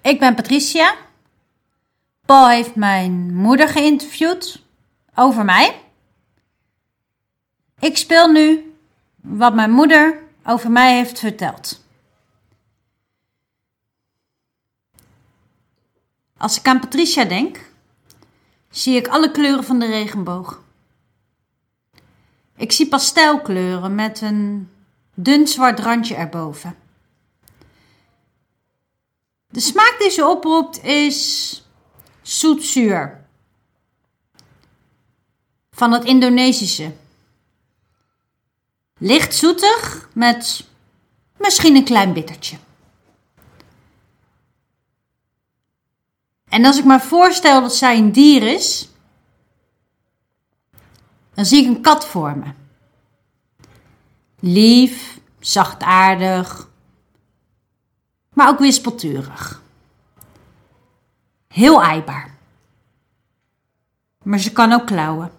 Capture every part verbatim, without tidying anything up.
Ik ben Patricia. Paul heeft mijn moeder geïnterviewd over mij. Ik speel nu wat mijn moeder over mij heeft verteld. Als ik aan Patricia denk, zie ik alle kleuren van de regenboog. Ik zie pastelkleuren met een dun zwart randje erboven. De smaak die ze oproept is zoet-zuur. Van het Indonesische. Licht zoetig met misschien een klein bittertje. En als ik me voorstel dat zij een dier is, dan zie ik een kat voor me. Lief, zachtaardig, maar ook wispelturig. Heel aaibaar. Maar ze kan ook klauwen.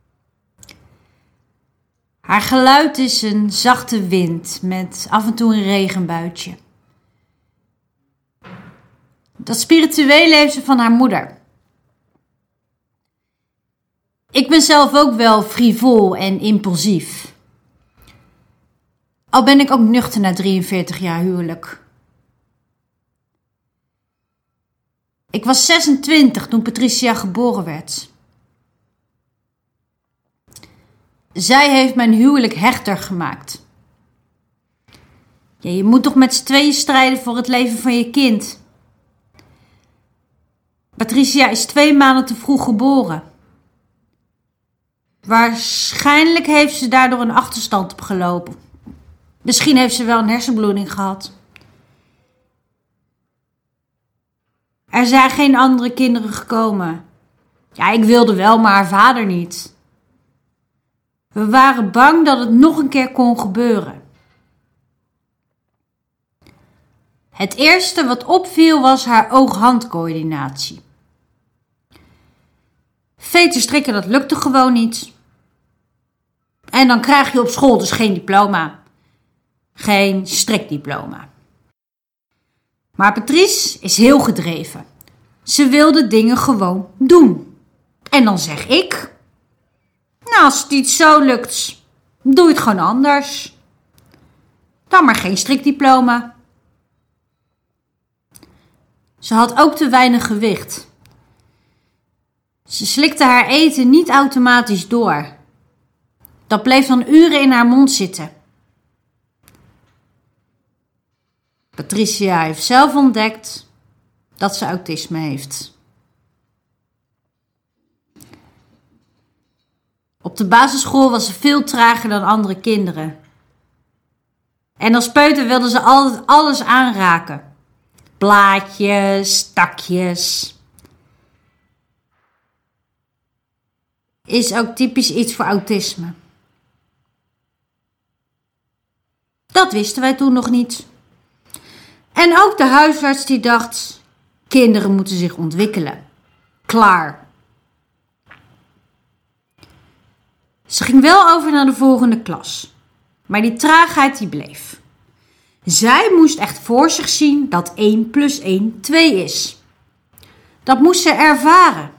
Haar geluid is een zachte wind met af en toe een regenbuitje. Dat spirituele heeft ze van haar moeder. Ik ben zelf ook wel frivol en impulsief. Al ben ik ook nuchter na drieënveertig jaar huwelijk. Ik was zesentwintig toen Patricia geboren werd. Zij heeft mijn huwelijk hechter gemaakt. Ja, je moet toch met z'n tweeën strijden voor het leven van je kind. Patricia is twee maanden te vroeg geboren. Waarschijnlijk heeft ze daardoor een achterstand opgelopen. Misschien heeft ze wel een hersenbloeding gehad. Er zijn geen andere kinderen gekomen. Ja, ik wilde wel, maar haar vader niet. We waren bang dat het nog een keer kon gebeuren. Het eerste wat opviel was haar oog-handcoördinatie. Veters strikken, dat lukte gewoon niet. En dan krijg je op school dus geen diploma. Geen strikdiploma. Maar Patrice is heel gedreven. Ze wilde dingen gewoon doen. En dan zeg ik, nou, als het niet zo lukt, doe je het gewoon anders. Dan maar geen strikdiploma. Ze had ook te weinig gewicht. Ze slikte haar eten niet automatisch door. Dat bleef dan uren in haar mond zitten. Patricia heeft zelf ontdekt dat ze autisme heeft. Op de basisschool was ze veel trager dan andere kinderen. En als peuter wilde ze altijd alles aanraken. Blaadjes, takjes. Is ook typisch iets voor autisme. Dat wisten wij toen nog niet. En ook de huisarts die dacht, kinderen moeten zich ontwikkelen. Klaar. Ze ging wel over naar de volgende klas. Maar die traagheid die bleef. Zij moest echt voor zich zien dat één plus één twee is. Dat moest ze ervaren.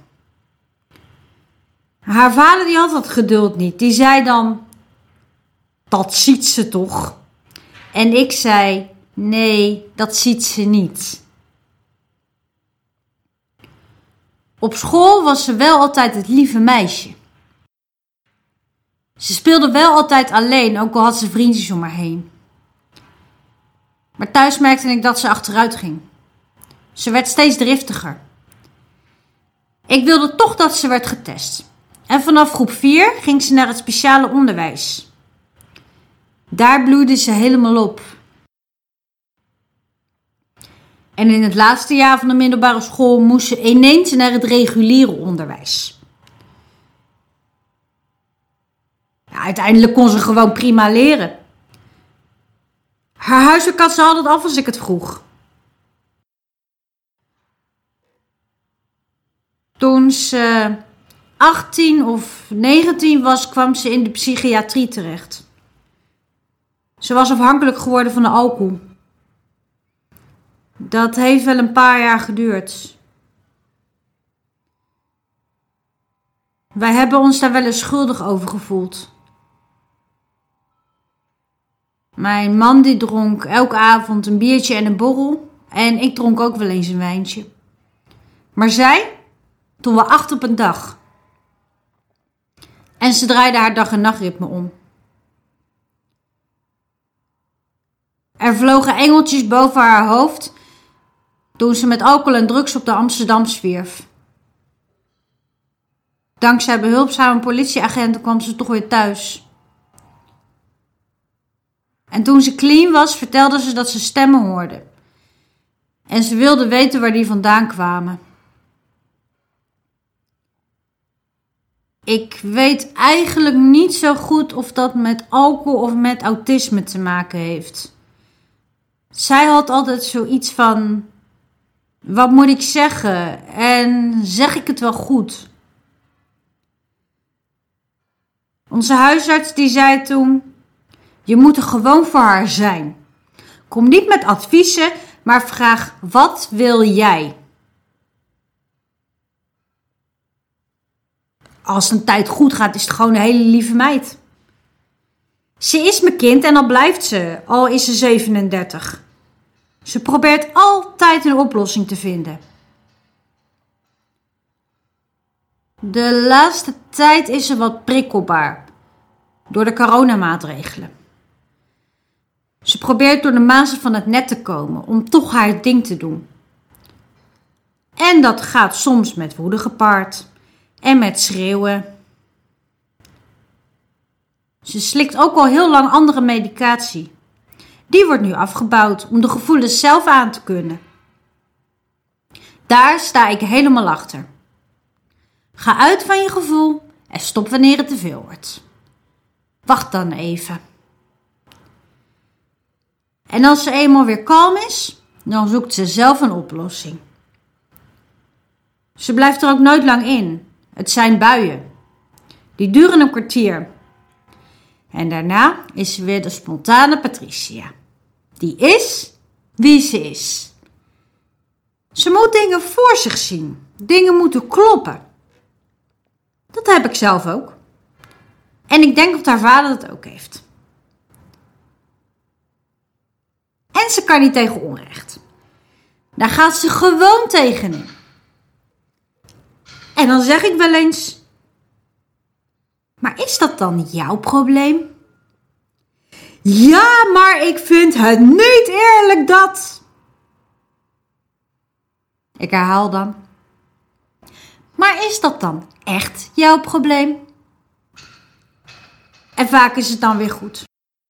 Haar vader die had dat geduld niet. Die zei dan, dat ziet ze toch? En ik zei, nee, dat ziet ze niet. Op school was ze wel altijd het lieve meisje. Ze speelde wel altijd alleen, ook al had ze vriendjes om haar heen. Maar thuis merkte ik dat ze achteruit ging. Ze werd steeds driftiger. Ik wilde toch dat ze werd getest. En vanaf groep vier ging ze naar het speciale onderwijs. Daar bloeide ze helemaal op. En in het laatste jaar van de middelbare school moest ze ineens naar het reguliere onderwijs. Ja, uiteindelijk kon ze gewoon prima leren. Haar huiswerk had ze altijd af als ik het vroeg. Toen ze achttien of negentien was, kwam ze in de psychiatrie terecht. Ze was afhankelijk geworden van de alcohol. Dat heeft wel een paar jaar geduurd. Wij hebben ons daar wel eens schuldig over gevoeld. Mijn man die dronk elke avond een biertje en een borrel. En ik dronk ook wel eens een wijntje. Maar zij, toen we acht op een dag. En ze draaide haar dag- en nachtritme om. Er vlogen engeltjes boven haar hoofd toen ze met alcohol en drugs op de Amsterdam zwierf. Dankzij behulpzame politieagenten kwam ze toch weer thuis. En toen ze clean was, vertelde ze dat ze stemmen hoorde. En ze wilde weten waar die vandaan kwamen. Ik weet eigenlijk niet zo goed of dat met alcohol of met autisme te maken heeft. Zij had altijd zoiets van, wat moet ik zeggen? En zeg ik het wel goed? Onze huisarts die zei toen, je moet er gewoon voor haar zijn. Kom niet met adviezen, maar vraag, wat wil jij? Als het een tijd goed gaat, is het gewoon een hele lieve meid. Ze is mijn kind en al blijft ze, al is ze zevenendertig. Ze probeert altijd een oplossing te vinden. De laatste tijd is ze wat prikkelbaar, door de coronamaatregelen. Ze probeert door de mazen van het net te komen, om toch haar ding te doen. En dat gaat soms met woede gepaard en met schreeuwen. Ze slikt ook al heel lang andere medicatie. Die wordt nu afgebouwd om de gevoelens zelf aan te kunnen. Daar sta ik helemaal achter. Ga uit van je gevoel en stop wanneer het te veel wordt. Wacht dan even. En als ze eenmaal weer kalm is, dan zoekt ze zelf een oplossing. Ze blijft er ook nooit lang in. Het zijn buien. Die duren een kwartier. En daarna is ze weer de spontane Patricia. Die is wie ze is. Ze moet dingen voor zich zien. Dingen moeten kloppen. Dat heb ik zelf ook. En ik denk dat haar vader dat ook heeft. En ze kan niet tegen onrecht. Daar gaat ze gewoon tegenin. En dan zeg ik wel eens, maar is dat dan jouw probleem? Ja, maar ik vind het niet eerlijk dat... Ik herhaal dan. Maar is dat dan echt jouw probleem? En vaak is het dan weer goed.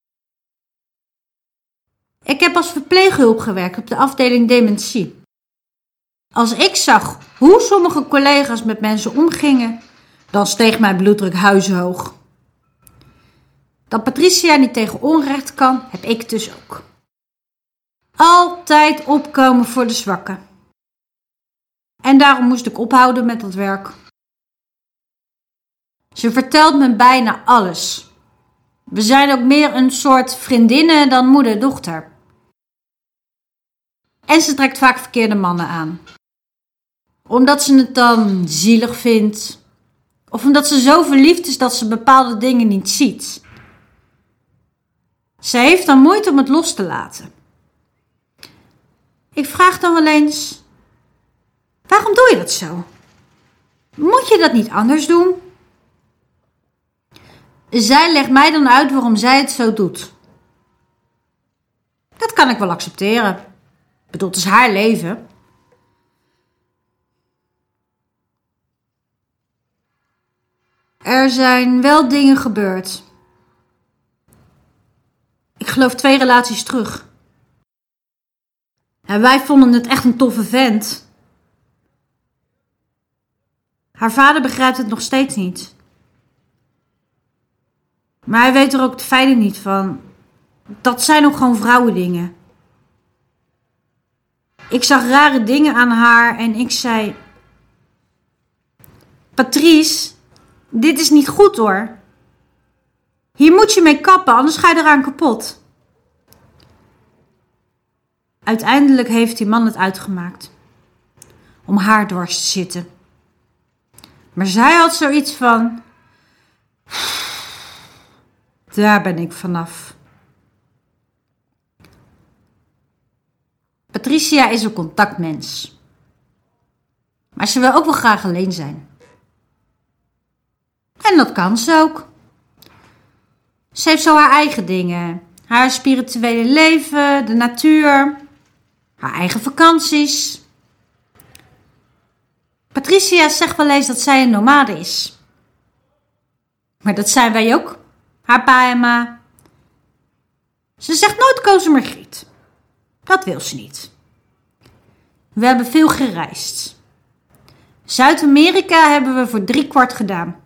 Ik heb als verpleeghulp gewerkt op de afdeling dementie. Als ik zag hoe sommige collega's met mensen omgingen, dan steeg mijn bloeddruk huizenhoog. Dat Patricia niet tegen onrecht kan, heb ik dus ook. Altijd opkomen voor de zwakken. En daarom moest ik ophouden met dat werk. Ze vertelt me bijna alles. We zijn ook meer een soort vriendinnen dan moeder-dochter. En ze trekt vaak verkeerde mannen aan. Omdat ze het dan zielig vindt. Of omdat ze zo verliefd is dat ze bepaalde dingen niet ziet. Ze heeft dan moeite om het los te laten. Ik vraag dan wel eens, waarom doe je dat zo? Moet je dat niet anders doen? Zij legt mij dan uit waarom zij het zo doet. Dat kan ik wel accepteren. Ik bedoel, het is haar leven. Er zijn wel dingen gebeurd. Ik geloof twee relaties terug. En wij vonden het echt een toffe vent. Haar vader begrijpt het nog steeds niet. Maar hij weet er ook de feiten niet van. Dat zijn ook gewoon vrouwendingen. Ik zag rare dingen aan haar en ik zei... Patrice, dit is niet goed hoor. Hier moet je mee kappen, anders ga je eraan kapot. Uiteindelijk heeft die man het uitgemaakt om haar dwars te zitten. Maar zij had zoiets van: daar ben ik vanaf. Patricia is een contactmens. Maar ze wil ook wel graag alleen zijn. En dat kan ze ook. Ze heeft zo haar eigen dingen. Haar spirituele leven, de natuur, haar eigen vakanties. Patricia zegt wel eens dat zij een nomade is. Maar dat zijn wij ook, haar pa en ma. Ze zegt nooit Koos en Margriet. Dat wil ze niet. We hebben veel gereisd. Zuid-Amerika hebben we voor drie kwart gedaan.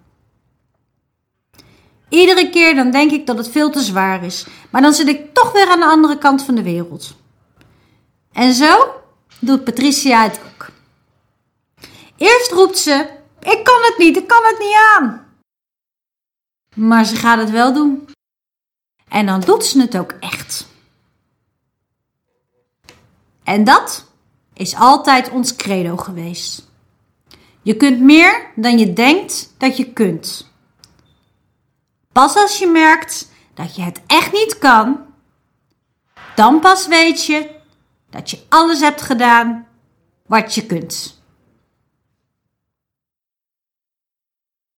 Iedere keer dan denk ik dat het veel te zwaar is. Maar dan zit ik toch weer aan de andere kant van de wereld. En zo doet Patricia het ook. Eerst roept ze: ik kan het niet, ik kan het niet aan. Maar ze gaat het wel doen. En dan doet ze het ook echt. En dat is altijd ons credo geweest. Je kunt meer dan je denkt dat je kunt. Pas als je merkt dat je het echt niet kan, dan pas weet je dat je alles hebt gedaan wat je kunt.